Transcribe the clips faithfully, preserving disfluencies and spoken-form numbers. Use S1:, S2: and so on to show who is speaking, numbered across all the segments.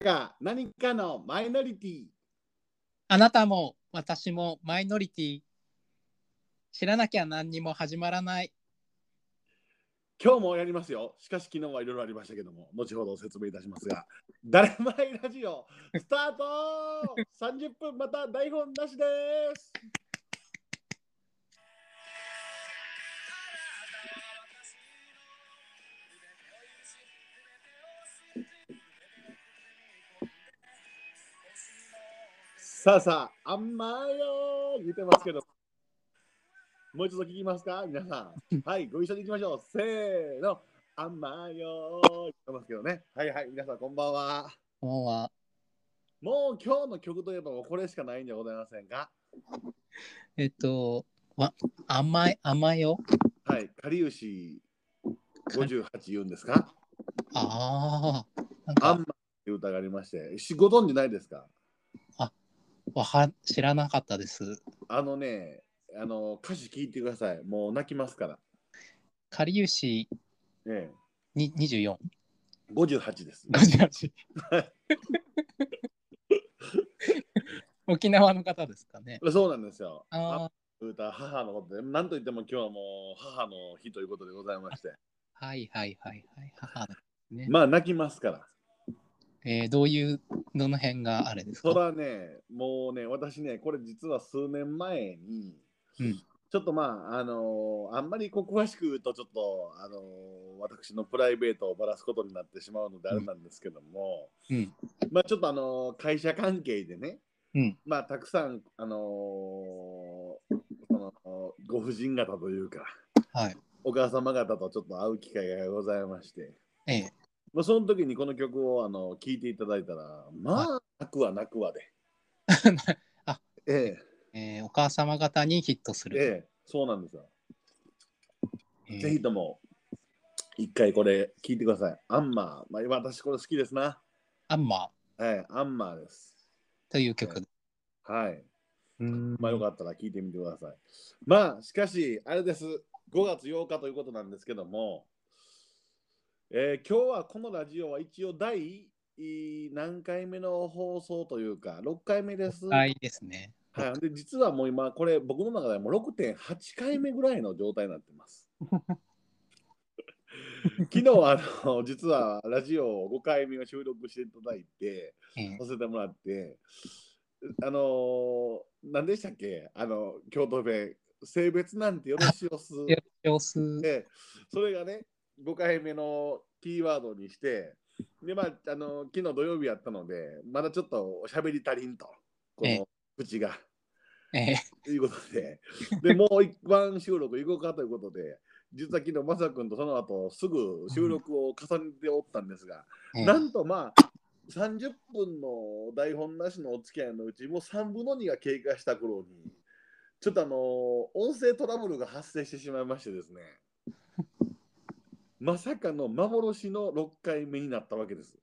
S1: が何かのマイノリティ。
S2: あなたも私もマイノリティ。知らなきゃ何にも始まらない。
S1: 今日もやりますよ。しかし昨日はいろいろありましたけども、後ほど説明いたしますが、誰まいラジオスタートさんじゅっぷんまた台本なしです。さあさあ、あんまよー言ってますけど、もう一度聞きますか皆さん。はい、ご一緒に行きましょう。せーの、あんまよー言ってますけどね。はいはい、皆さんこんばんは。
S2: こんばんは。
S1: もう今日の曲といえばこれしかないんじゃございませんか。
S2: えっと、わ甘い、甘いよ。
S1: はい、かりゆしごじゅうはち言うんですか。
S2: ああ、なんか、
S1: あんまっていう歌がありまして、しご存じないですか。
S2: あ、わは知らなかったです。
S1: あのね、あの歌詞聞いてください。もう泣きますから。
S2: かりゆし
S1: ええ、
S2: ににじゅうよん。
S1: ごじゅうはちです。
S2: ごじゅうはち。沖縄の方ですかね。
S1: そうなんですよ。あ
S2: あ
S1: 歌、母のことで、なんといっても今日はもう母の日ということでございまして。
S2: あ、はいはいはいはい。母のですね。
S1: まあ泣きますから。
S2: えー、どういう、どの辺があれです
S1: そ
S2: か。
S1: らね、もうね、私ね、これ実は数年前に、
S2: うん。
S1: ちょっとまあ、あのーあんまりこう詳しく言うと、ちょっと、あのー私のプライベートをばらすことになってしまうのであれなんですけども、
S2: うん。
S1: まあちょっとあのー会社関係でね、
S2: うん。
S1: まあたくさん、あのーそのご婦人方というか、
S2: はい。
S1: お母様方とちょっと会う機会がございまして、
S2: ええ。
S1: まあ、その時にこの曲をあの聴いていただいたら、
S2: はい。
S1: まあ、泣くわ泣くわで。
S2: あ、
S1: え
S2: えーお母様方にヒットす
S1: え、え
S2: る。
S1: え、そうなんですよ。ぜ
S2: えー
S1: ひとも、一回これ聴いてください。アンマー。まあ、私これ好きですな。
S2: アンマ
S1: はい、アンマーです。
S2: ーという
S1: ええ、
S2: 曲。
S1: はい。
S2: うー
S1: まあ、よ
S2: ん。
S1: かったら聴いてみてください。まあ、しかし、あれです。ごがつようかということなんですけども、えー今日はこのラジオは一応第何回目の放送というか、ろっかいめです。
S2: はいですね。
S1: はい、で実はもう今、これ、僕の中ではもうろくてんはちかいめぐらいの状態になってます。昨日あの、実はラジオごかいめを収録していただいて、
S2: えー
S1: させてもらって、あの何でしたっけ、あの京都弁、性別なんてよろしおす、
S2: 様子。
S1: で、それがね、ごかいめのキーワードにして、で、まあ、あの昨日土曜日やったので、まだちょっとおしゃべり足りんと、こ
S2: え
S1: の口が。
S2: ー、え
S1: ということで、でもう一番収録行こうかということで、実は昨日、まさくんとその後すぐ収録を重ねておったんですが、
S2: ー、え
S1: なんとまあ、さんじゅっぷんの台本なしのお付き合いのうち、もうさんぶんのにが経過した頃に、ちょっとあの音声トラブルが発生してしまいましてですね、まさかの幻のろっかいめになったわけです。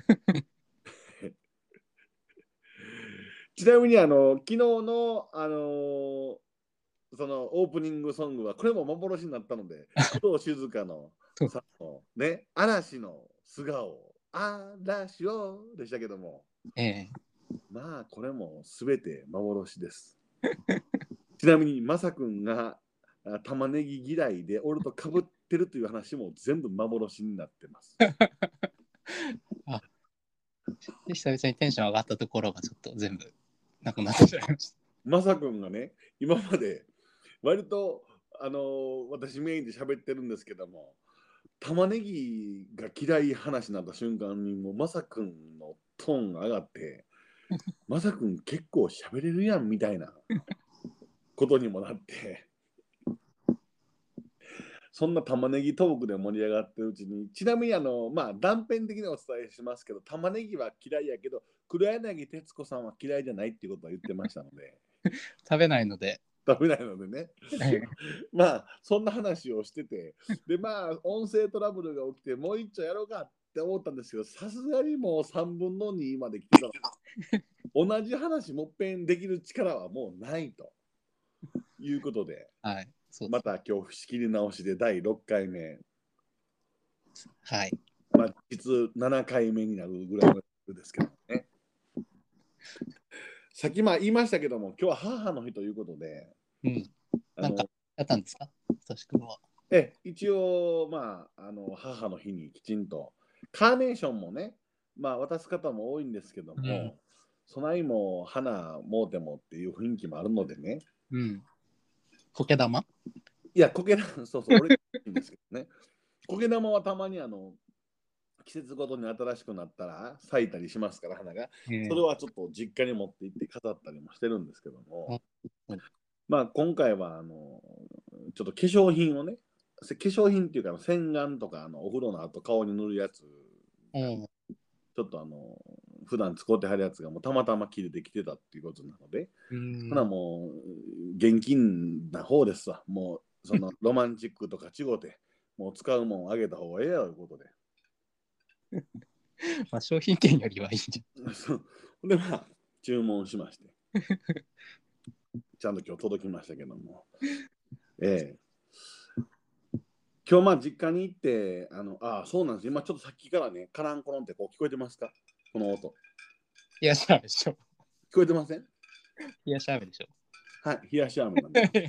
S1: ちなみにあの昨日の、あのーそのオープニングソングはこれも幻になったので、工藤静香の
S2: ー、
S1: さのね、嵐の素顔、嵐をでしたけども、
S2: え
S1: まあこれも全て幻です。ちなみにまさくんがあ玉ねぎ嫌いで俺と被ってるという話も全部幻になってます。
S2: ー、あ、で、久々にテンション上がったところがちょっと全部なくなってしまいました。
S1: まさくんがね、今まで割とあのー私メインで喋ってるんですけども、玉ねぎが嫌い話になった瞬間にもうまさくんのトーンが上がって、まさくん結構喋れるやんみたいなことにもなって、そんな玉ねぎトークで盛り上がってるうちに、ちなみにあのまあ断片的にお伝えしますけど、玉ねぎは嫌いやけど黒柳徹子さんは嫌いじゃないっていうことは言ってましたので、
S2: 食べないので。
S1: 食べないのでね。
S2: え
S1: まあそんな話をしてて、でまあ音声トラブルが起きてもう一丁やろうかって思ったんですけど、さすがにもうさんぶんのにまで来てたら同じ話もっぺんできる力はもうないということで、
S2: ー、はい。そうです。
S1: また今日仕切り直しでだいろっかいめ、
S2: はい。
S1: まあ実ななかいめになるぐらいのですけどね。さっきまあ言いましたけども、今日は母の日ということで、
S2: うん。
S1: あの
S2: なんか、やったんですかとしくんは。
S1: え一応、まあ、あの母の日にきちんと、カーネーションもね、まあ、渡す方も多いんですけど
S2: うん。
S1: も、そないも花もうてもっていう雰囲気もあるのでね、
S2: うん。苔玉
S1: いや、苔玉、そうそう、俺がいいんですけどね、苔玉はたまにあの季節ごとに新しくなったら咲いたりしますから、花が。それ
S2: ええ
S1: はちょっと実家に持って行って飾ったりもしてるんですけども、
S2: うん。
S1: まあ今回はあのちょっと化粧品をね、化粧品っていうか洗顔とかあのお風呂の後顔に塗るやつが
S2: うん。
S1: ちょっとあの普段使ってはるやつがもうたまたま切れてきてたっていうことなので、
S2: う
S1: ほな
S2: ん。
S1: もう現金な方ですわ。もうそのロマンチックとかちごてもう使うもんあげた方がええやろいうことで。
S2: まあ、商品券よりはいいんじ
S1: そうでまあ注文しましてちゃんと今日届きましたけども、ええ今日まあ実家に行ってあのあそうなんです今ちょっとさっきからねカランコロンってこう聞こえてますかこの音
S2: ゃん。冷やし飴でしょ。
S1: 聞こえてません
S2: 冷やし飴でしょ。
S1: はい冷やし飴なんです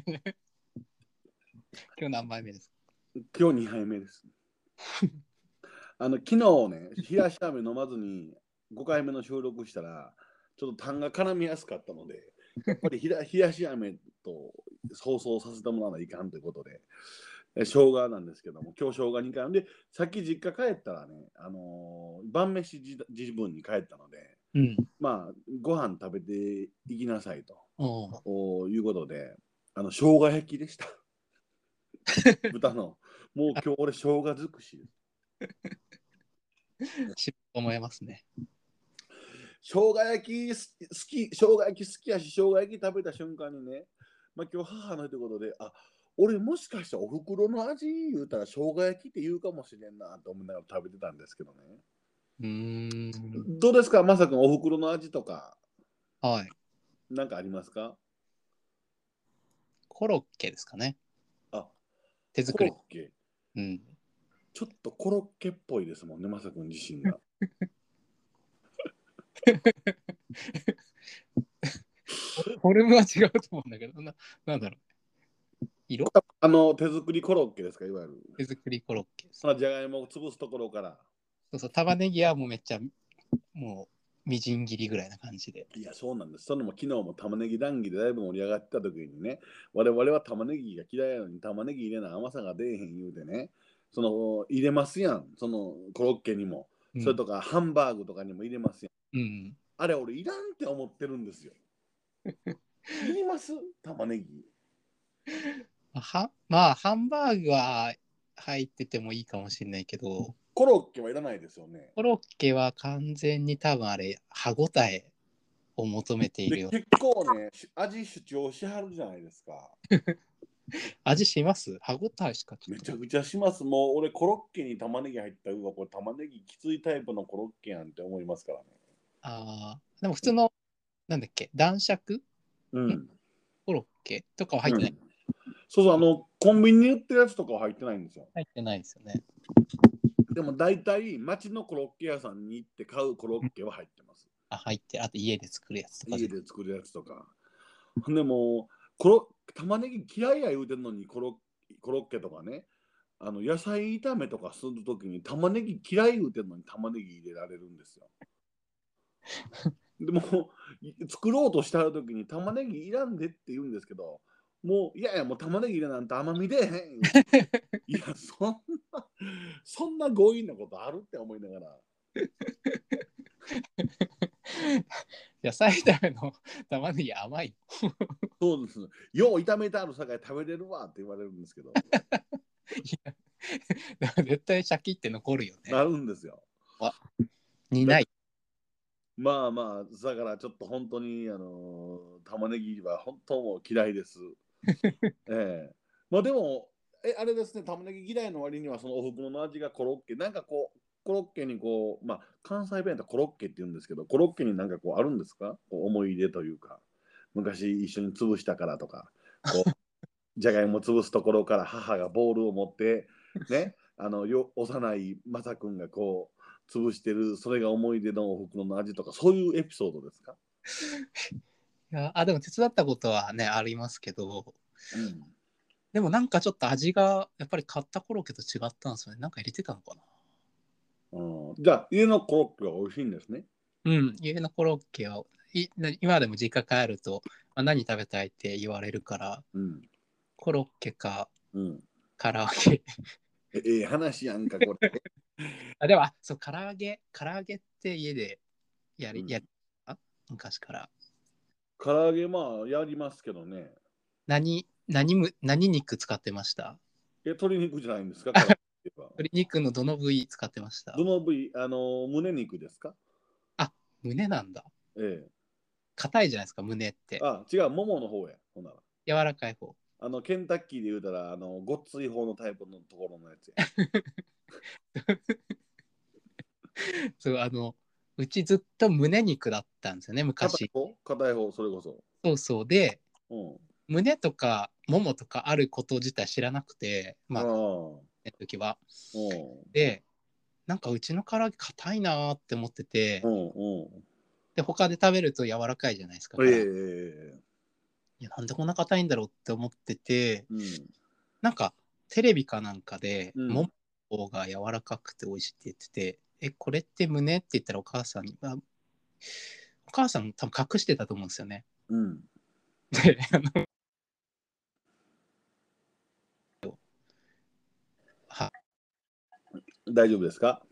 S2: 今日何枚目ですか？
S1: 今日にはいめですあの昨日ね冷やし飴飲まずにごかいめの収録したらちょっと痰が絡みやすかったのでやっぱり冷や冷やし飴と想像させてもらわないかんということでえ生姜なんですけども、今日生姜にかいで、さっき実家帰ったらね、あのー晩飯自自分に帰ったので、
S2: うん。
S1: まあ、ご飯食べていきなさいと
S2: お
S1: おいうことで、あの生姜焼きでした。豚の。もう今日俺生姜尽くしです。
S2: し思いますね。
S1: 生姜焼き好き、生姜焼き好きやし、生姜焼き食べた瞬間にね、まあ今日母の日ということで、あ俺もしかしたらお袋の味言うたら生姜焼きって言うかもしれんなと思いながら食べてたんですけどね。
S2: うーん。
S1: どうですか、まさかお袋の味とか、
S2: はい。
S1: なんかありますか？
S2: コロッケですかね。
S1: あ、コ
S2: 手作り。
S1: ロッケ。
S2: うん。
S1: ちょっとコロッケっぽいですもんね、まさくん自身が。
S2: フォルムは違うと思うんだけど、な、なんだろう。色
S1: あの、手作りコロッケですか、いわゆる。
S2: 手作りコロッケです。
S1: そのじゃがいもを潰すところから。
S2: そうそう、玉ねぎはもうめっちゃ、もう、みじん切りぐらいな感じで。
S1: いや、そうなんです。そのも昨日も玉ねぎ談義でだいぶ盛り上がってた時にね、我々は玉ねぎが嫌いなのに玉ねぎ入れな甘さが出えへん言うてね、その入れますやん、そのコロッケにも。
S2: うん、
S1: それとかハンバーグとかにも入れますやん。
S2: うん。
S1: あれ俺いらんって思ってるんですよ。いります玉ねぎ。
S2: は、まあ、ハンバーグは入っててもいいかもしれないけど、
S1: コロッケはいらないですよね。
S2: コロッケは完全に多分あれ、歯ごたえを求めてい
S1: で、
S2: るよ。
S1: 結構ね、し味主張しはるじゃないですか。
S2: 味します歯ごたえしかちょっと。
S1: めちゃくちゃします。もう俺コロッケに玉ねぎ入ったうわ、これ玉ねぎきついタイプのコロッケやんって思いますからね。
S2: ああ、でも普通の、なんだっけ、男爵
S1: うん。
S2: コロッケとかは入ってない。
S1: うん。そうそう、あの、コンビニに売ってるやつとかは入ってないんですよ。
S2: 入ってないですよね。
S1: でも大体、町のコロッケ屋さんに行って買うコロッケは入ってます。
S2: あ、入ってる。あと家で作るやつとか
S1: 家で作るやつとか。ほんでもう、コロ玉ねぎ嫌いや言うてんのにコロコロッケとかね、あの野菜炒めとかするときに玉ねぎ嫌い言うてんのに玉ねぎ入れられるんですよ。でも作ろうとしたときに玉ねぎいらんでって言うんですけど、もういやいやもう玉ねぎ入れなんて甘み出えへん言うて。いやそんなそんな強引なことあるって思いながら。
S2: 野菜炒めの玉ねぎ甘い。
S1: そうです。よう炒めてあるさかい食べれるわって言われるんですけど、
S2: いや絶対シャキって残るよね。
S1: なるんですよ。
S2: あ、にない。
S1: まあまあ、だからちょっと本当に、あのー玉ねぎは本当もう嫌いです。ええまあでも、え、あれですね、玉ねぎ嫌いの割にはそのお袋の味がコロッケ、なんかこう、コロッケにこう、まあ関西弁だとコロッケって言うんですけど、コロッケになんかこうあるんですかこう思い入れというか、昔一緒に潰したからとか、こう、じゃがいも潰すところから母がボールを持って、ね、あのよ幼いまさくんがこう、 潰してる、それが思い出のお袋の味とか、そういうエピソードですか？
S2: いやあでも手伝ったことはねありますけど、
S1: うん。
S2: でもなんかちょっと味がやっぱり買ったコロッケと違ったんですよね。なんか入れてたのかな。
S1: うん、じゃあ、家のコロッケは美味しいんですね。
S2: うん、家のコロッケはい今でも実家帰ると、まあ、何食べたいって言われるから、
S1: うん。
S2: コロッケか
S1: うん。
S2: 唐揚げ。
S1: えええ話やんか、これ。
S2: あでもあそう唐揚げ唐揚げって家でやり、
S1: うん。
S2: やりあ昔から。
S1: 唐揚げ、まあ、やりますけどね。
S2: 何何む何肉使ってました？
S1: え、鶏肉じゃないんですか、唐揚げは。
S2: 鶏肉のどの部位使ってました？
S1: どの部位、あの、胸肉ですか？
S2: あ、胸なんだ。
S1: ええ。
S2: 硬いじゃないですか、胸って。
S1: あ、違う、ももの方や、ほんなら。
S2: 柔らかい方。
S1: あの、ケンタッキーで言うたら、あの、ごっつい方のタイプのところのやつや。
S2: そう、あの、うちずっと胸肉だったんですよね、昔。
S1: 硬い方硬い方、それこそ。
S2: そうそう。で、
S1: うん。
S2: 胸とかももとかあること自体知らなくて、
S1: あ
S2: まあ、
S1: あ。
S2: の時は。
S1: うん。
S2: で、なんかうちの唐揚げ硬いなーって思ってて、
S1: うん。うん。
S2: で、他で食べると柔らかいじゃないですか、
S1: え
S2: 唐揚げ。
S1: え。
S2: いや、なんでこんな硬いんだろうって思ってて、
S1: うん。
S2: なんかテレビかなんかで、
S1: うん。
S2: ももの方が柔らかくて美味しいって言ってて、え、これって胸って言ったらお母さんに、まあ、お母さん多分隠してたと思うんですよね。
S1: うん。
S2: で、あのは
S1: 大丈夫ですか？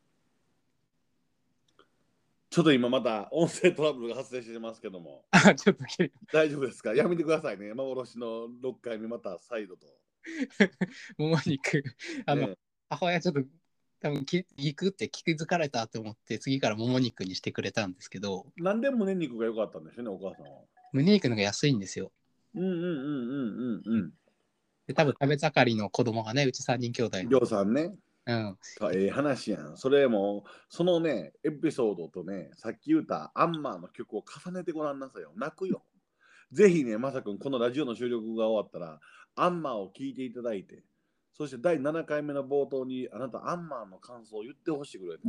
S1: ちょっと今また音声トラブルが発生してますけども、
S2: あ、ちょっと切れ
S1: 大丈夫ですか？やめてくださいね。幻のろっかいめ、また再度と。
S2: もも肉、あの、
S1: ね、
S2: 母親ちょっと多分き行くって気づかれたと思って、次からもも肉にしてくれたんですけど、
S1: なんで胸肉が良かったんでしょうね、お母さんは。
S2: 胸肉のが安いんですよ。
S1: うんうんうんうんうんうん。
S2: で、多分食べ盛りの子供がね、うちさんにん兄弟
S1: りょ
S2: なんで。
S1: うさんね。
S2: うん。
S1: かええ話やん。それも、そのね、エピソードとね、さっき言ったアンマーの曲を重ねてごらんなさいよ。泣くよ。ぜひね、まさくん、このラジオの収録が終わったら、アンマーを聞いていただいて、そしてだいななかいめの冒頭に、あなたアンマーの感想を言ってほしいぐらいです。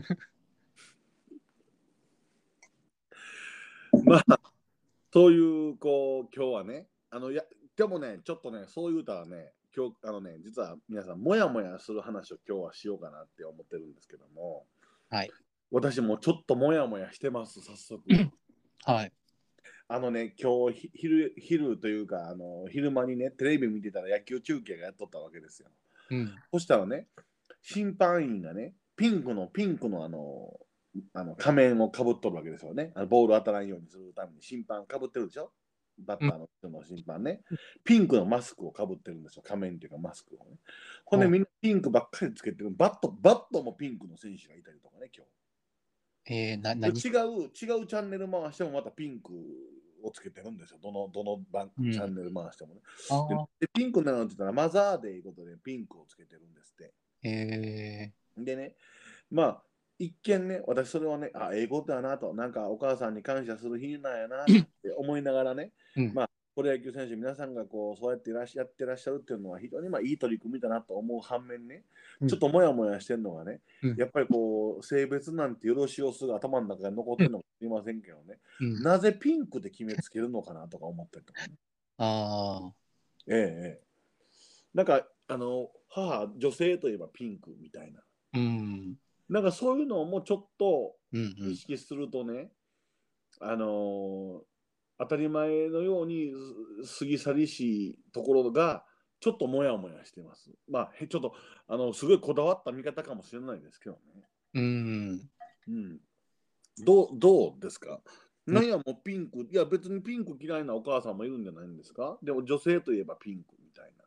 S1: まあ、そういう、こう、今日はね、あの、や、でもね、ちょっとね、そういう歌はね、今日、あのね、実は皆さん、もやもやする話を今日はしようかなって思ってるんですけども、
S2: はい。
S1: 私もちょっともやもやしてます、早速。
S2: はい。
S1: あのね、今日昼、昼というか、あの昼間にね、テレビ見てたら野球中継がやっとったわけですよ。
S2: うん。
S1: そしたらね、審判員がね、ピンクの、ピンクのあの、あの仮面をかぶっとるわけですよね。あのボール当たらんようにするために審判かぶってるでしょ、バッ
S2: うん。
S1: ターの人の審判ね。ピンクのマスクをかぶってるんですよ。仮面っていうかマスクをね。ほんで
S2: お
S1: みんなピンクばっかりつけてる。バット、バットもピンクの選手がいたりとかね、今日。
S2: えー、な、
S1: 違う、
S2: 何
S1: 違うチャンネル回してもまたピンクをつけてるんですよ。どの、どの番、
S2: うん。
S1: チャンネル回してもね。で、
S2: ああ、
S1: でピンクなのって言ったらマザーデーいうことでピンクをつけてるんですって。
S2: え
S1: でね、まあ、一見ね、私それはね、あ、ええことやなと、なんかお母さんに感謝する日なんやなって思いながらね、
S2: ー、うん。
S1: まあ、プロ野球選手皆さんがこうそうやっていらっしゃってらっしゃるっていうのは非常にまあいい取り組みだなと思う反面ね、
S2: うん。
S1: ちょっともやもやしてるのがね、
S2: うん。
S1: やっぱりこう性別なんてよろしおすが頭の中に残ってるのか知りませんけどね、
S2: うん。
S1: なぜピンクで決めつけるのかなとか思ったりとかね。
S2: ああ、
S1: ええええ。なんかあの母女性といえばピンクみたいな。
S2: うん。
S1: なんかそういうのもちょっと
S2: うん。うん。
S1: 意識するとね、あのー当たり前のように過ぎ去りしいところがちょっともやもやしてます。まあ、ちょっとあのすごいこだわった見方かもしれないですけどね。
S2: うん。
S1: うん、どうどうですか？
S2: うん。
S1: なんやもうピンク、いや別にピンク嫌いなお母さんもいるんじゃないんですか？でも女性といえばピンクみたいな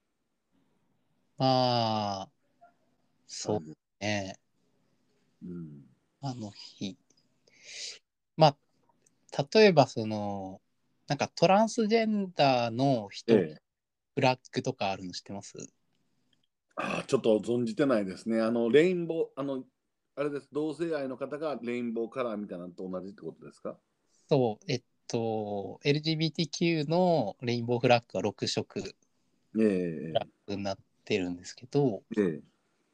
S2: まあ、そう
S1: 感じ。
S2: ね。
S1: うん、
S2: あの日。まあ、例えばその、なんかトランスジェンダーの人、
S1: ええ。
S2: フラッグとかあるの知ってます？
S1: ああ、ちょっと存じてないですね。あの、レインボー、あの、あれです、同性愛の方がレインボーカラーみたいなのと同じってことですか？
S2: そう、えっと、エルジービーティーキュー のレインボーフラッグがろく色フ
S1: ええ
S2: ラッグになってるんですけど、
S1: ええ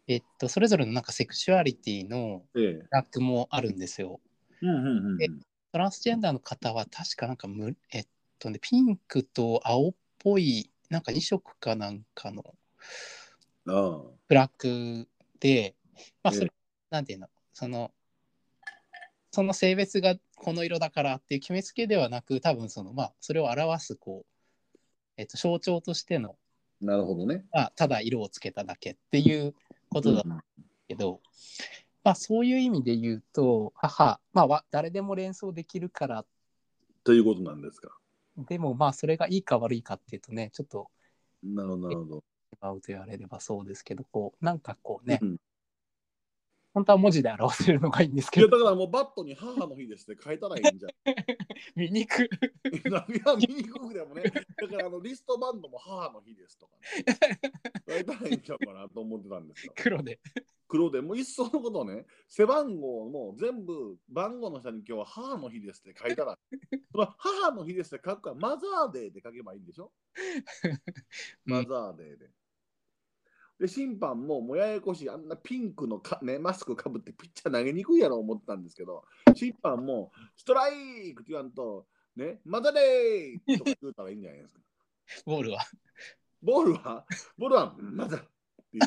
S2: えっと、それぞれのなんかセクシュアリティの
S1: ええ。
S2: ラックもあるんですよ。
S1: うんうんうんう
S2: で、
S1: ん。
S2: トランスジェンダーの方は確かなんかむ、えっとね、ピンクと青っぽい、なんかに色かなんかの
S1: ああ。
S2: フラッグで、まあ、そ
S1: え
S2: れ、なんていうの、その、その性別がこの色だからっていう決めつけではなく、多分その、まあ、それを表す、こう、えっと、象徴としての、
S1: え。なるほどね。
S2: まあ、ただ色をつけただけっていうことだ
S1: うん。
S2: けど、まあ、そういう意味で言うと、母、まあ、わ誰でも連想できるから、
S1: ということなんですか。
S2: でも、まあ、それがいいか悪いかっていうとね、ちょっと、
S1: なるほど、な
S2: え
S1: るほど。
S2: しまうと言われればそうですけど、こう、なんかこうね、
S1: うん。
S2: 本当は文字で表せるのがいいんです
S1: いや、
S2: けど、
S1: だからもうバットに母の日ですって書いたらいいんじゃん。
S2: 見にく
S1: いや、見にくくでもね、だからあのリストバンドも母の日ですとかね、書いたらいいんちゃうかなと思ってたんですよ。
S2: 黒で。
S1: 黒でもう一層のことをね、背番号も全部番号の下に今日は母の日ですって書いたら、その母の日ですって書くからマザーデーって書けばいいんでしょ。マザーデーで。で、審判ももうややこしい、あんなピンクのか、ね、マスクかぶってピッチャー投げにくいやろ思ってたんですけど、審判もストライクって言わんと、ね、マザーデーとか言うたらいいんじゃないですか。
S2: ボールは。
S1: ボールは、ボールはマザーっていう。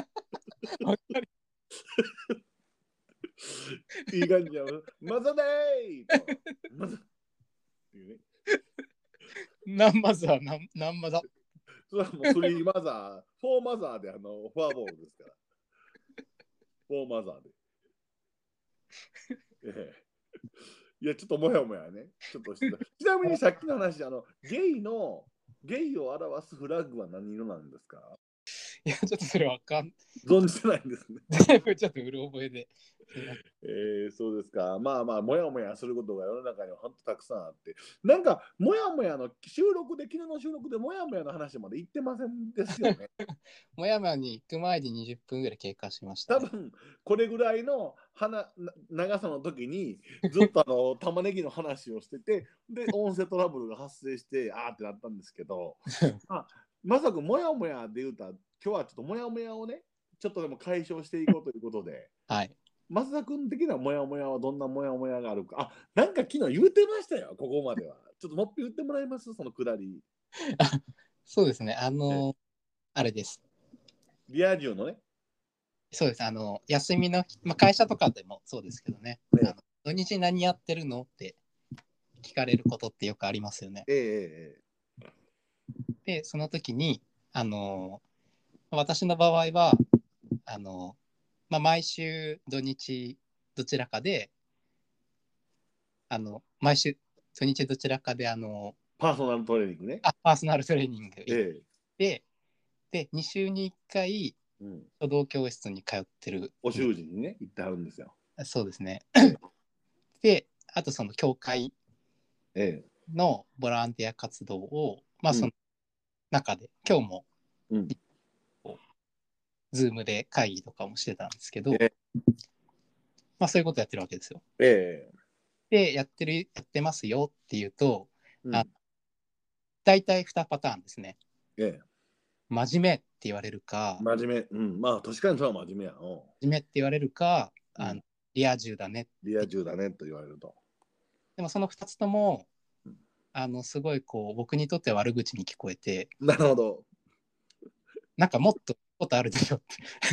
S1: いい感じや。マザーデーとマザーっていうね。
S2: ナンマザー、ナンナンマザ。
S1: それはもうスリーマザー、フォーマザーであのフォアボールですから。フォーマザーで。ええ、いや、ちょっともやもやね。ちょっとしてた。ちなみにさっきの話、あの、ゲイの、ゲイを表すフラッグは何色なんですか？
S2: いや、ちょっとそれわかん、
S1: 存じてないんですね。
S2: 全部ちょっとうろ覚えで。
S1: えー、そうですか。まあまあ、もやもやすることが世の中には本当たくさんあって。なんか、もやもやの収録で、昨日の収録でもやもやの話まで言ってませんですよね。
S2: もやもやに行く前ににじゅっぷんぐらい経過しましたね。
S1: 多分これぐらいの花長さの時にずっとあの玉ねぎの話をしてて、で音声トラブルが発生してあーってなったんですけど、まあ、まさかもやもやで言うたら今日はちょっともやもやをねちょっとでも解消していこうということで、
S2: はい。
S1: 増田君的なもやもやはどんなもやもやがあるか。あ、なんか昨日言うてましたよ、ここまでは。ちょっともっぺん言ってもらえます、そのくだり。
S2: そうですね。あ
S1: え
S2: の、あれです。
S1: リア充のね。
S2: そうです。あの、休みの日、まあ、会社とかでもそうですけどね。
S1: ね
S2: あの土日何やってるのって聞かれることってよくありますよね。
S1: えええ
S2: で、その時に、あの、私の場合は、あの、まあ、毎週土日どちらかで、あの、毎週土日どちらかで、あの、
S1: パーソナルトレーニングね。
S2: あパーソナルトレーニング行っ
S1: ええ
S2: て、で、に週にいっかい、
S1: うん、
S2: 書道教室に通ってる。
S1: お習字にね、行ってはるんですよ。
S2: そうですね。
S1: え
S2: で、あとその教会
S1: え
S2: のボランティア活動を、まあその中で、今日も
S1: うん、
S2: ズームで会議とかもしてたんですけど、
S1: え
S2: まあそういうことやってるわけですよ。
S1: え
S2: で、やってる、やってますよっていうと、
S1: うん、
S2: あ大体にパターンですね。
S1: ええ
S2: 真面目って言われるか、
S1: 真面目、うん、まあ確かにそれは真面目やの。
S2: 真面目って言われるか、
S1: うん
S2: あのリア充だね。
S1: リア充だねと言われると。
S2: でもそのふたつとも、
S1: うん
S2: あのすごいこう僕にとっては悪口に聞こえて、
S1: なるほど。
S2: なんかもっとことあるでしょって。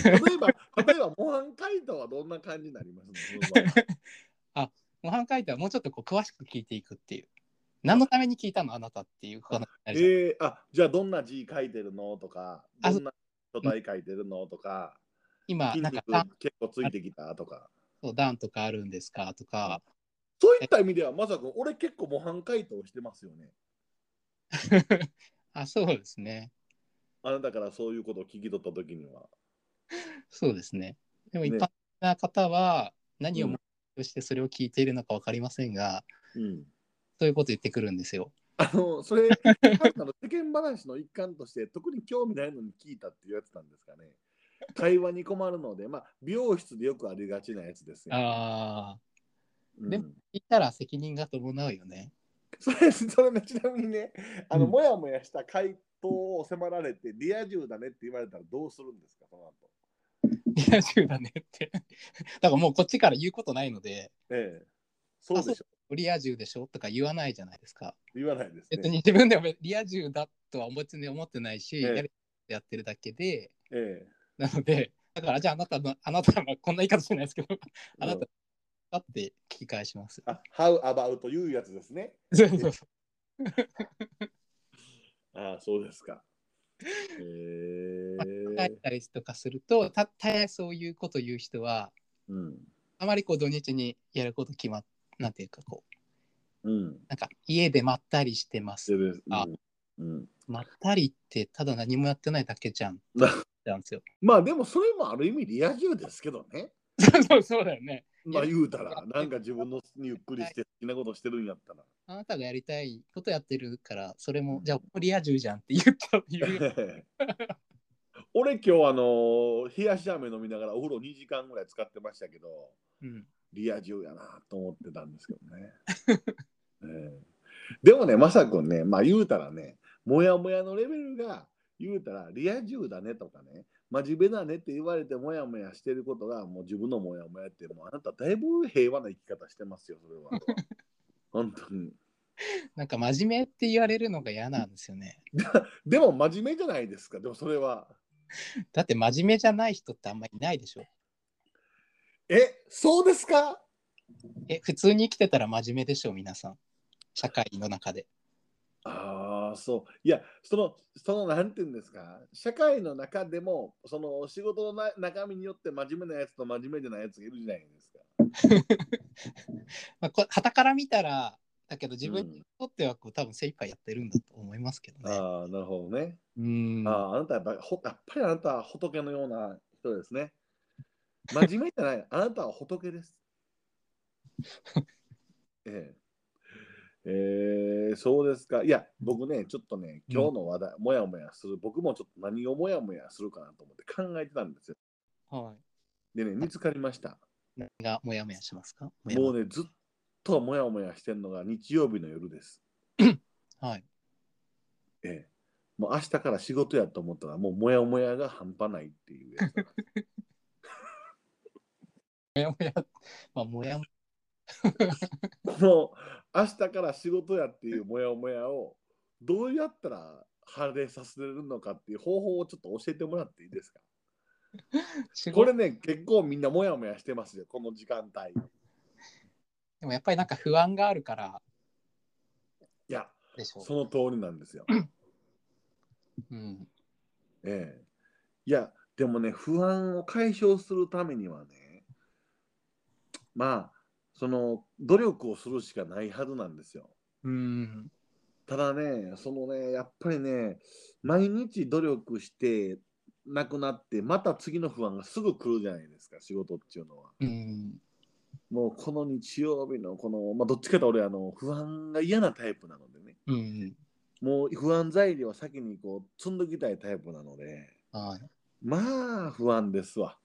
S1: 例えば、例えば模範解答はどんな感じになりますの？その場合
S2: あ、模範解答はもうちょっとこう詳しく聞いていくっていう。何のために聞いたのあなたっていう話になるじゃん。
S1: ええあ、じゃあどんな字書いてるのとか、
S2: あ、そ
S1: どんな書体書いてるのとか、
S2: 今、
S1: 筋
S2: なんか段、
S1: 肉結構ついてきたとか。
S2: そう段とかあるんですかとか。
S1: そういった意味では、まさか俺結構模範解答してますよね。
S2: あ、そうですね。
S1: あなたからそういうことを聞き取ったときには。
S2: そうですね。でも一
S1: ね。
S2: 般な方は何を
S1: うん
S2: 目標してそれを聞いているのか分かりませんが、
S1: うん
S2: そういうこと言ってくるんですよ。
S1: あの、それ、あの世間話の一環として、特に興味ないのに聞いたっていうやつなんですかね。会話に困るので、まあ、美容室でよくありがちなやつですよ。
S2: ああ、でも
S1: うん、
S2: 聞いたら責任が伴うよね。
S1: それ、それね、ちなみにね、あの、
S2: うん
S1: もやもやした回答を迫られて、リア充だねって言われたらどうするんですか、その後。
S2: リア充だねってだからもうこっちから言うことないので、
S1: ええ、そうでしょ。
S2: リア充でしょとか言わないじゃないですか。
S1: 言わないですね。
S2: 別に自分でもリア充だとは別に思ってないし、
S1: ええ
S2: やりやってるだけで、
S1: ええ、
S2: なので、だからじゃああなたの、あなたはこんな言い方しないですけど、あなた
S1: うん
S2: だって聞き返します。
S1: あ、How about というやつですね。
S2: そうそうそう。
S1: ああ、そうですか。え
S2: まあ、書い
S1: え、
S2: たりとかすると、たたやそういうこと言う人は、
S1: うん、
S2: あまりこう土日にやること決まっ、なんていうかこう、
S1: うん。
S2: なんか家でまったりしてます
S1: でです、う
S2: あ、
S1: ん、うん。
S2: まったりってただ何もやってないだけじゃん。
S1: な
S2: なんですよ。
S1: まあでもそれもある意味リア充ですけどね。
S2: そうそうそうだよね。やる
S1: まあ言うた
S2: や
S1: ら、
S2: って
S1: なんか自分のゆっくりして好きなことしてるんやったら。
S2: あなたがやりたいことやってるから、それも、
S1: うん、
S2: じゃあリア充じゃんって言った言う。
S1: 俺今日あの冷やし飴飲みながらお風呂にじかんぐらい使ってましたけど、
S2: うん、
S1: リア充やなと思ってたんですけどね。ええ、でもね、まさくんね、まあ言うたらね、もやもやのレベルが言うたらリア充だねとかね、真面目だねって言われてもやもやしてることがもう自分のもやもやって、もうあなただいぶ平和な生き方してますよ、それは。本当に。
S2: なんか真面目って言われるのが嫌なんですよね。
S1: でも真面目じゃないですか、でもそれは。
S2: だって真面目じゃない人ってあんまりいないでしょ。
S1: え、そうですか？
S2: え、普通に生きてたら真面目でしょ、皆さん。社会の中で。
S1: ああ、そう。いや、その、その、なんていうんですか、社会の中でも、その仕事のな中身によって真面目なやつと真面目じゃないやつがいるじゃないですか。
S2: まあ、こ旗から見たら、だけど自分に
S1: うん。
S2: とってはこう多分精一杯やってるんだと思いますけどね。
S1: ああ、なるほどね。
S2: うーん。
S1: ああ、あなたやっぱり、ほやっぱりあなたは仏のような人ですね。真面目じゃない。あなたは仏です。ええ。えー、そうですか。いや、僕ね、ちょっとね、
S2: うん、
S1: 今日の話題、もやもやする、僕もちょっと何をもやもやするかなと思って考えてたんですよ。
S2: は
S1: でね、見つかりました。
S2: い。何がモヤモヤしますか？モヤモ
S1: もうね、ずっともやもやしてるのが日曜日の夜です。
S2: ヤ。はい。
S1: ええ。もう明日から仕事やと思ったら、もうもやもやが半端ないっていうやつだ。
S2: モヤモヤ、まあ、モヤモ
S1: この明日から仕事やっていうもやもやをどうやったら晴れさせれるのかっていう方法をちょっと教えてもらっていいですか？
S2: 仕事
S1: これね、結構みんなもやもやしてますよ、この時間帯。
S2: でもやっぱりなんか不安があるから
S1: いや、
S2: でしょ
S1: その通りなんですよ。
S2: う。うん。
S1: ええ。いや、でもね、不安を解消するためにはね、まあ、その努力をするしかないはずなんですよ。
S2: うん。
S1: ただね、そのね、やっぱりね、毎日努力してなくなって、また次の不安がすぐ来るじゃないですか、仕事っていうのは。
S2: うん。
S1: もうこの日曜日のこの、まあ、どっちかというと俺あの不安が嫌なタイプなのでね、
S2: うん。
S1: もう不安材料は先にこう積んどきたいタイプなので、
S2: はい。
S1: まあ不安ですわ。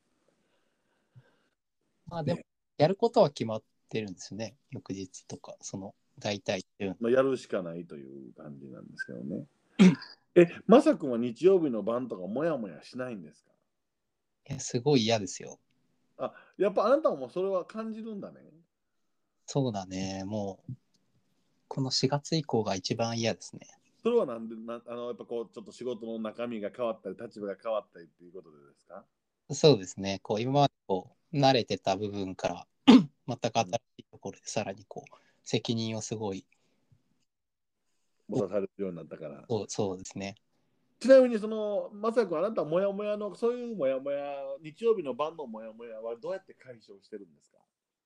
S2: まあでも、
S1: ね、
S2: やることは決まってるんですよね。翌日とか、その、大体っていうの。
S1: まあ、やるしかないという感じなんですけどね。え、まさくんは日曜日の晩とかもやもやしないんですか？
S2: いや、すごい嫌ですよ。
S1: あ、やっぱあなたもそれは感じるんだね。
S2: そうだね。もう、このしがつ以降が一番嫌ですね。
S1: それはなんで、なあのやっぱこうちょっと仕事の中身が変わったり、立場が変わったりっていうことでですか？
S2: そうですね。こう、今までこう、慣れてた部分から全く新しいところで、さらにこう、責任をすごい、
S1: 持たされるようになったから。
S2: そうそうですね。
S1: ちなみにそのまさくん、あなたはもやもやのそういうもやもや、日曜日の晩のもやもやはどうやって解消してるんですか？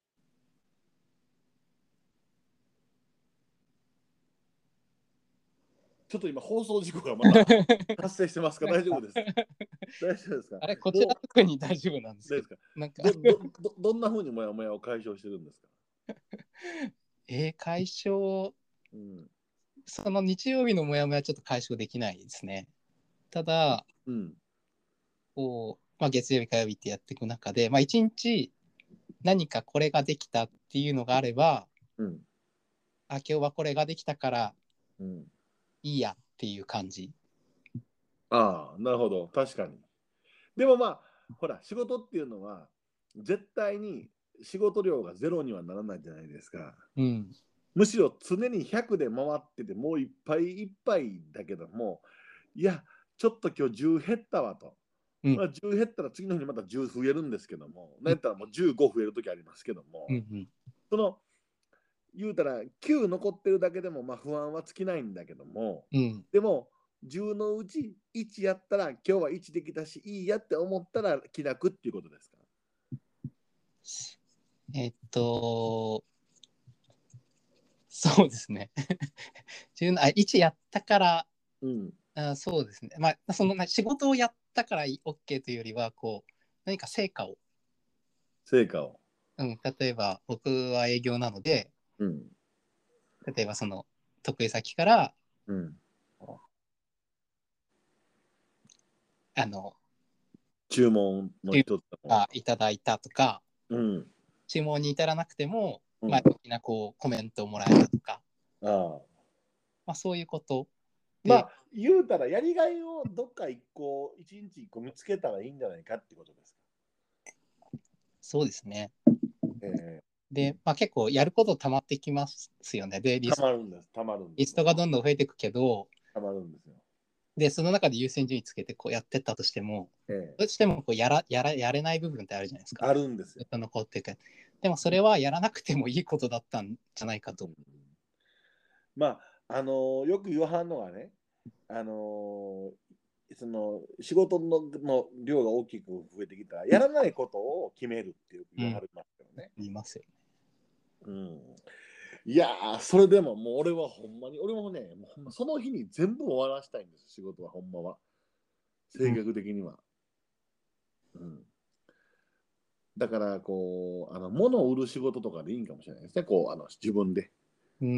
S1: ちょっと今放送事故がまた発生してますか？大丈夫ですか？大丈夫ですか？
S2: あれ、こちら
S1: も
S2: 特に大丈夫なんですけど、
S1: うですか？
S2: なんか
S1: どどどどんなふうにもやもやを解消してるんですか？
S2: えー、解消、
S1: うん。
S2: その日曜日のモヤモヤちょっと解消できないですね。ただ、
S1: うん。
S2: こう、まあ、月曜日、火曜日ってやっていく中で、まあ、一日何かこれができたっていうのがあれば、
S1: うん。
S2: あ、今日はこれができたから
S1: うん。
S2: いいやっていう感じ。
S1: ああ、なるほど。確かに。でもまあ、 ほら仕事っていうのは絶対に仕事量がゼロにはならないじゃないですか。
S2: うん。
S1: むしろ常にひゃくで回っててもういっぱいいっぱいだけども、いやちょっと今日じゅう減ったわと、
S2: うん。
S1: まあ、じゅう減ったら次の日にまたじゅう増えるんですけども、
S2: うん
S1: なんやったらもうじゅうご増える時ありますけども、
S2: うん。
S1: その言うたらきゅう残ってるだけでもまあ不安は尽きないんだけども、
S2: うん。
S1: でもじゅうのうちいちやったら今日はいちできたしいいやって思ったら気楽っていうことですか。
S2: えっと、そうですね。じゅうあいちやったから、
S1: うん、
S2: あそうですね。まあ、そのな仕事をやったから OK というよりは、こう、何か成果を、
S1: 成果を。
S2: うん、例えば僕は営業なので、
S1: うん、
S2: 例えばその得意先から、
S1: うん、
S2: あの、
S1: 注文の
S2: 注
S1: 一つでも。
S2: 文がいただいたとか、
S1: うん、
S2: 注文に至らなくても、
S1: うん、
S2: まあ、的なこうコメントをもらえたとか、
S1: ああ。
S2: まあ、そういうことで、
S1: まあ言うたらやりがいをどっか一個一日一個見つけたらいいんじゃないかってことですか。
S2: そうですね。
S1: え
S2: で、まあ、結構やること溜まってきますよね。で、
S1: ー、た
S2: リス
S1: まるんです、たまるんですよ。
S2: リストがどんどん増えていくけど、
S1: たまるんですよ。
S2: で、その中で優先順位つけてこうやってったとしても、
S1: え
S2: どうしてもこうやらやらやれない部分ってあるじゃないですか。
S1: ー、あるんですよ。
S2: ずっと残っていく。でもそれはやらなくてもいいことだったんじゃないかと。
S1: うん、まああのーよく言わはんのがね、あのーその仕事のの量が大きく増えてきたらやらないことを決めるってよく言わはりますよね。
S2: 言いますよね。
S1: うん、いやーそれでももう俺はほんまに俺もねもうほんまその日に全部終わらしたいんです仕事はほんまは性格的には。うん、だからこうあの物を売る仕事とかでいいんかもしれないですねこうあの自分で、
S2: うん。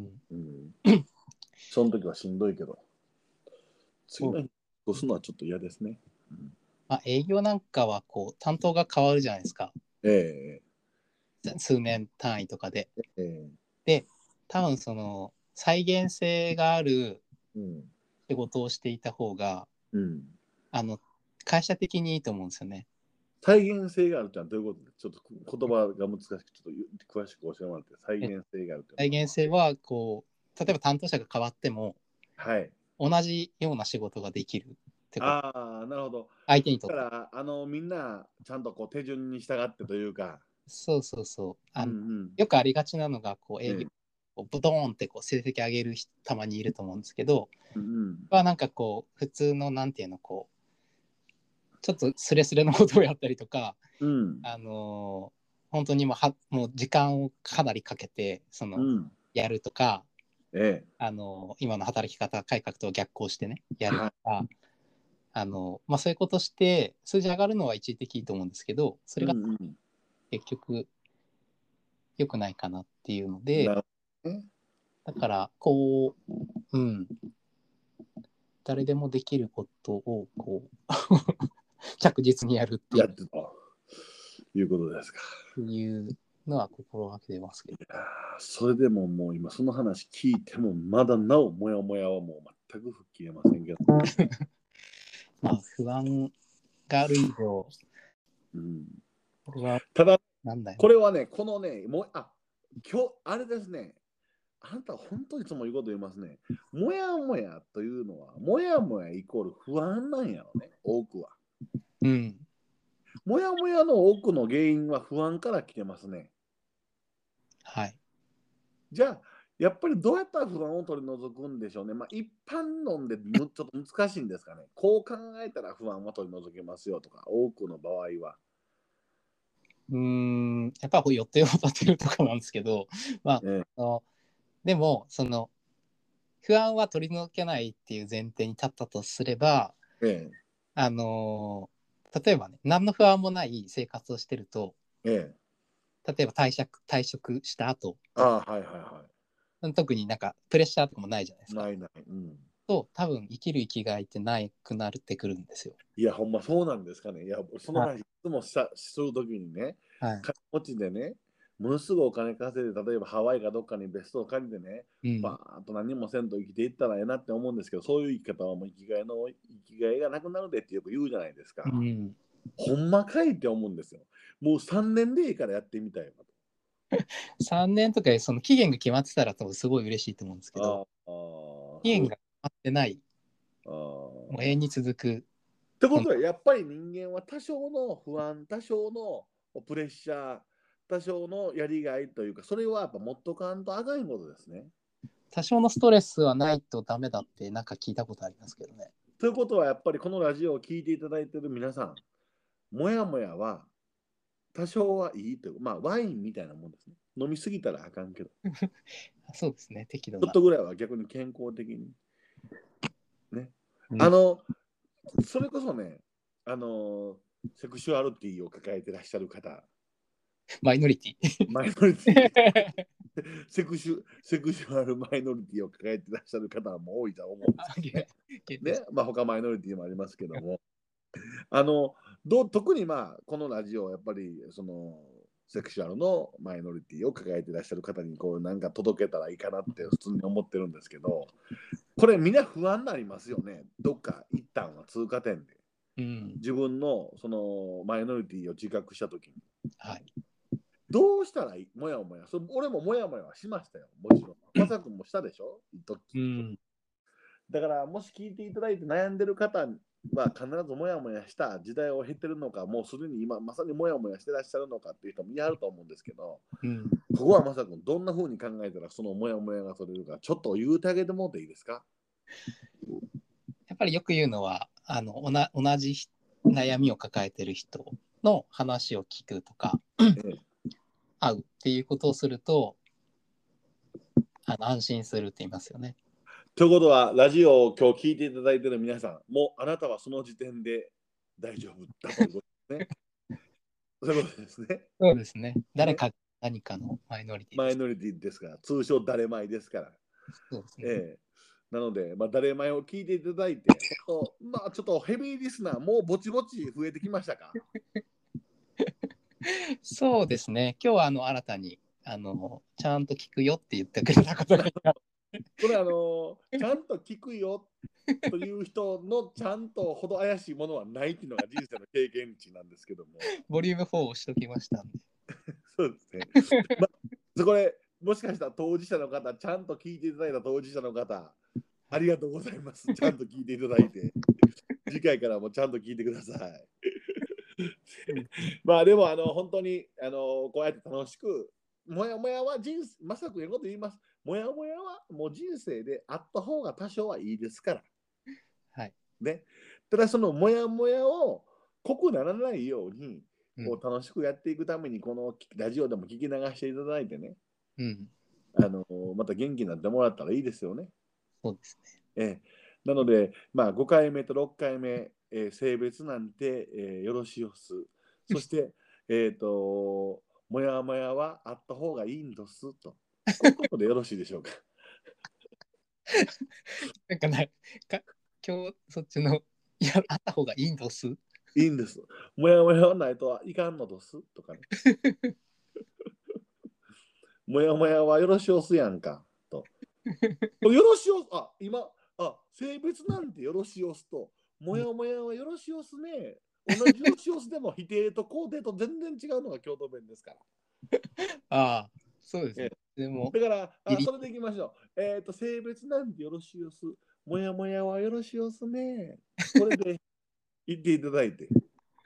S1: うん、その時はしんどいけど次の日越すのはちょっと嫌ですね。うん、
S2: まあ、営業なんかはこう担当が変わるじゃないですか。
S1: え
S2: 数年単位とかで。
S1: ー、え
S2: で、多分その再現性がある
S1: ー、うん
S2: 仕事をしていた方が、
S1: うん、
S2: あの、会社的にいいと思うんですよね。
S1: 再現性があるってのはどういうことでちょっと言葉が難しくちょっと詳しく教えてもらって再現性があるって
S2: 再現性はこう、例えば担当者が変わっても、
S1: はい
S2: 同じような仕事ができるってこと。
S1: ああなるほど。
S2: 相手にとって。
S1: だからあのみんなちゃんとこう手順に従ってというか、
S2: そうそうそう。あの、
S1: うんうん
S2: よくありがちなのが、こう、営業、
S1: ええ
S2: こうブドーンってこう成績上げる人たまにいると思うんですけど、
S1: うんうん
S2: はなんかこう、普通の、なんていうの、こう、ちょっとスレスレのことをやったりとか、
S1: うん
S2: あのー本当にもうはもう時間をかなりかけて、その、
S1: うん
S2: やるとか、
S1: ええ
S2: あのー今の働き方改革と逆行してね、やると
S1: は
S2: か、あのーまあ、そういうことして数字上がるのは一時的いいと思うんですけど、そ
S1: い、う
S2: れが
S1: んうん
S2: 結局良くないかなっていうので、
S1: なるほどね。
S2: だからこう、うん、誰でもできることをこう着実にやるってい
S1: やってということですか。
S2: ういうのは心がけてますけど。
S1: いやーそれでももう今その話聞いてもまだなおもやもやはもう全く吹っ切れませんけど、
S2: まあ不安がある以上、
S1: うん、
S2: これは
S1: ただ
S2: なんだよ。
S1: これはねこのねもうあ今日あれですねあなたは本当にいつも言うこと言いますね。もやもやというのはもやもやイコール不安なんやろね多くは。
S2: うん。
S1: もやもやの多くの原因は不安から来てますね。
S2: はい。
S1: じゃあやっぱりどうやったら不安を取り除くんでしょうね。まあ一般論でむちょっと難しいんですかね。こう考えたら不安は取り除けますよとか多くの場合は。
S2: うーん、やっぱこう予定を立てるとかなんですけど、まあ、
S1: え
S2: あのでも、その、不安は取り除けないっていう前提に立ったとすれば、
S1: ええ
S2: あの例えばね、何の不安もない生活をしてると、
S1: ええ
S2: 例えば退職退職した後
S1: あ
S2: と、
S1: あはいはいは
S2: 特になんかプレッシャーとかもないじゃないです
S1: い。
S2: か。
S1: ないない。うん。
S2: と、多分生きる生きがいってなくなってくるんですよ。
S1: いやほんまそうなんですかね。いやその
S2: はい。
S1: 話いつもしたするときにね、
S2: はい。
S1: 金持ちでね、ものすごいお金稼いで、例えばハワイかどっかに別荘を借りてね、
S2: うん。
S1: バーンと何もせんと生きていったらええなって思うんですけど、そういう生き方はもう生きがいの生きがいがなくなるでってよく言うじゃないですか。
S2: うん。
S1: ほんまかいって思うんですよ。もうさんねんでいいからやってみたいなと。
S2: さんねんとかでその期限が決まってたら多分すごい嬉しいと思うんですけど、
S1: ああ、そう。
S2: 期限が決まってない、
S1: あ
S2: もう
S1: あ。
S2: 永遠に続く。
S1: ってことは、やっぱり人間は多少の不安、多少のプレッシャー、多少のやりがいというか、それはやっぱ持っとかんとあかんことですね。
S2: 多少のストレスはないとダメだってなんか聞いたことありますけどね。
S1: ということは、やっぱりこのラジオを聞いていただいている皆さん、もやもやは多少はいいという、まあワインみたいなもんですね。飲みすぎたらあかんけど、
S2: そうですね、適度な。
S1: ちょっとぐらいは逆に健康的に。ね。
S2: うん、
S1: あの、それこそね、あの、セクシュアリティを抱えてらっしゃる方、
S2: マイノリティ。
S1: マイノリティ、セクシュ、セクシュアルマイノリティを抱えてらっしゃる方も多いと思うんですけどね。ね、まあ他マイノリティもありますけども、あの、どう特にまあこのラジオやっぱりそのセクシュアルのマイノリティを抱えてらっしゃる方にこうなんか届けたらいいかなって普通に思ってるんですけど、これみんな不安になりますよね。どっか一旦は通過点で。
S2: うん、
S1: 自分のそのマイノリティを自覚したときに。
S2: はい。
S1: どうしたらいいもやもや。そ俺ももやもやはしましたよ。もちろん。まさくんもしたでしょ一時。
S2: うん、
S1: だから、もし聞いていただいて悩んでる方は必ずもやもやした時代を経てるのか、もうすでに今まさにもやもやしてらっしゃるのかっていう人もいはると思うんですけど、
S2: うん。
S1: ここはまさくん、どんな風に考えたらそのもやもやが取れるか、ちょっと言うてあげてもらっていいですか？
S2: やっぱりよく言うのは、あのおな同じ悩みを抱えてる人の話を聞くとか、
S1: ええ、
S2: 会うっていうことをすると、あの安心するって言いますよね。
S1: ということは、ラジオを今日聞いていただいている皆さん、もうあなたはその時点で大丈夫だということですね。そういうことですね。
S2: そうですね。誰
S1: ね、
S2: か何かのマイノリティです。
S1: マイノリティですから、通称誰マイですから。
S2: そうですね。
S1: ええ、なので、まあ、誰前を聞いていただいて、ほんとまあ、ちょっとヘビーリスナー、もうぼちぼち増えてきましたか？
S2: そうですね。今日はあの新たにあのちゃんと聞くよって言ってくれた方がいた。
S1: これ、あのちゃんと聞くよという人のちゃんとほど怪しいものはないっていうのが人生の経験値なんですけども、
S2: ボリュームフォーをしときましたんで。
S1: そうですね。まあ、これ、もしかしたら当事者の方、ちゃんと聞いていただいた当事者の方、ありがとうございます。ちゃんと聞いていただいて、次回からもちゃんと聞いてください。まあでもあの本当にあのこうやって楽しく、もやもやは人生、まさくいうこと言います。もやもやはもう人生であった方が多少はいいですから。
S2: はい。
S1: ね。ただそのもやもやを濃くならないように、こう楽しくやっていくために、このラジオでも聞き流していただいてね、
S2: うん。
S1: あのまた元気になってもらったらいいですよね。
S2: そうです
S1: ええ、なので、まあ、ごかいめとろっかいめ、えー性別なんて、えーよろしおす。そして、えっ、と、もやもやはあった方がいいんですと。こういうことでよろしいでしょうか。
S2: ね。なんかないか今日そっちのいやあった方がいいんどす。
S1: いいんです。もやもやはないといかんのですとかね。もやもやはよろしおすやんかと。よろしおす、あ、今、あ、性別なんてよろしおすと、もやもやはよろしおすね。同じよろしおすでも否定と肯定と全然違うのが京都弁ですから。
S2: ああ、そうですね。
S1: ええ、
S2: でも
S1: だから、あ、
S2: ギリ
S1: それでいきましょう。えっ、と、性別なんてよろしおす。もやもやはよろしおすね。これで言っていただいて、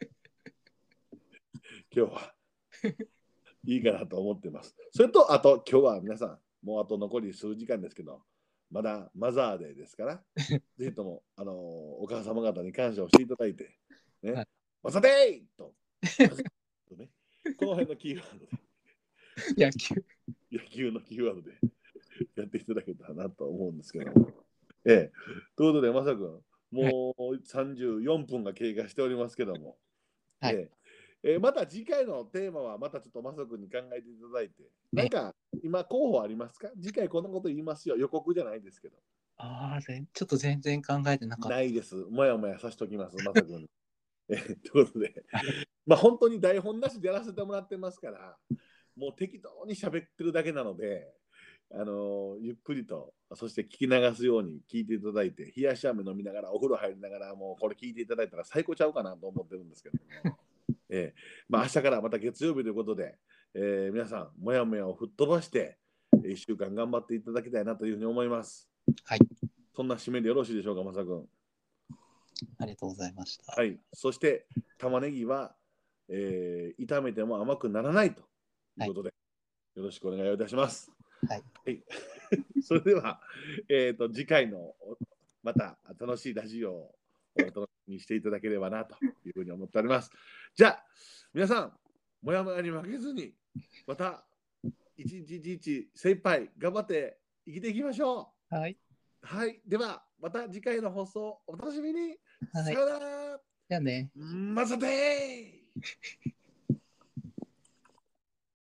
S1: 今日はいいかなと思ってます。それと、あと、今日は皆さん、もうあと残り数時間ですけど、まだマザーデーですから、ぜひとも、あのーお母様方に感謝をしていただいて、ね、
S2: はい、
S1: マザーデーと、マザーとね、この辺のキーワードで、
S2: 野球。
S1: 野球のキーワードでやっていただけたらなと思うんですけども。ええ、ということで、まさくん、
S2: はい。
S1: もうさんじゅうよんぷんが経過しておりますけども、
S2: はい。
S1: えええーまた次回のテーマはまたちょっとまさくんに考えていただいて、なん
S2: え、
S1: か今候補ありますか？次回こんなこと言いますよ。予告じゃないですけど。
S2: ああ、ぜちょっと全然考えてなかっ
S1: ないです。もやもやさしときます、まさくんに。えーということで、
S2: た。はい。
S1: まあ本当に台本なしでやらせてもらってますから、もう適当に喋ってるだけなので、 あのゆっくりと、そして聞き流すように聞いていただいて、冷やし飴飲みながら、お風呂入りながら、もうこれ聞いていただいたら最高ちゃうかなと思ってるんですけども、えーまあ、明日からまた月曜日ということで、えー皆さん、もやもやを吹っ飛ばして、いっしゅうかん頑張っていただきたいなというふうに思います。
S2: はい。
S1: そんな締めでよろしいでしょうか、まさくん。
S2: ありがとうございました。
S1: はい。そして、玉ねぎは、えー炒めても甘くならないということで、よろしくお願いいたします。
S2: はい。
S1: はいそれでは、えーと、次回のまた楽しいラジオをお楽しみにしていただければなというふうに思っております。じゃあ、皆さん、もやもやに負けずに、また一日一日精一杯頑張って生きていきましょ
S2: はい。
S1: う。はい。では、また次回の放送お楽しみに。
S2: はい
S1: さよなら。
S2: じゃあね。
S1: またねー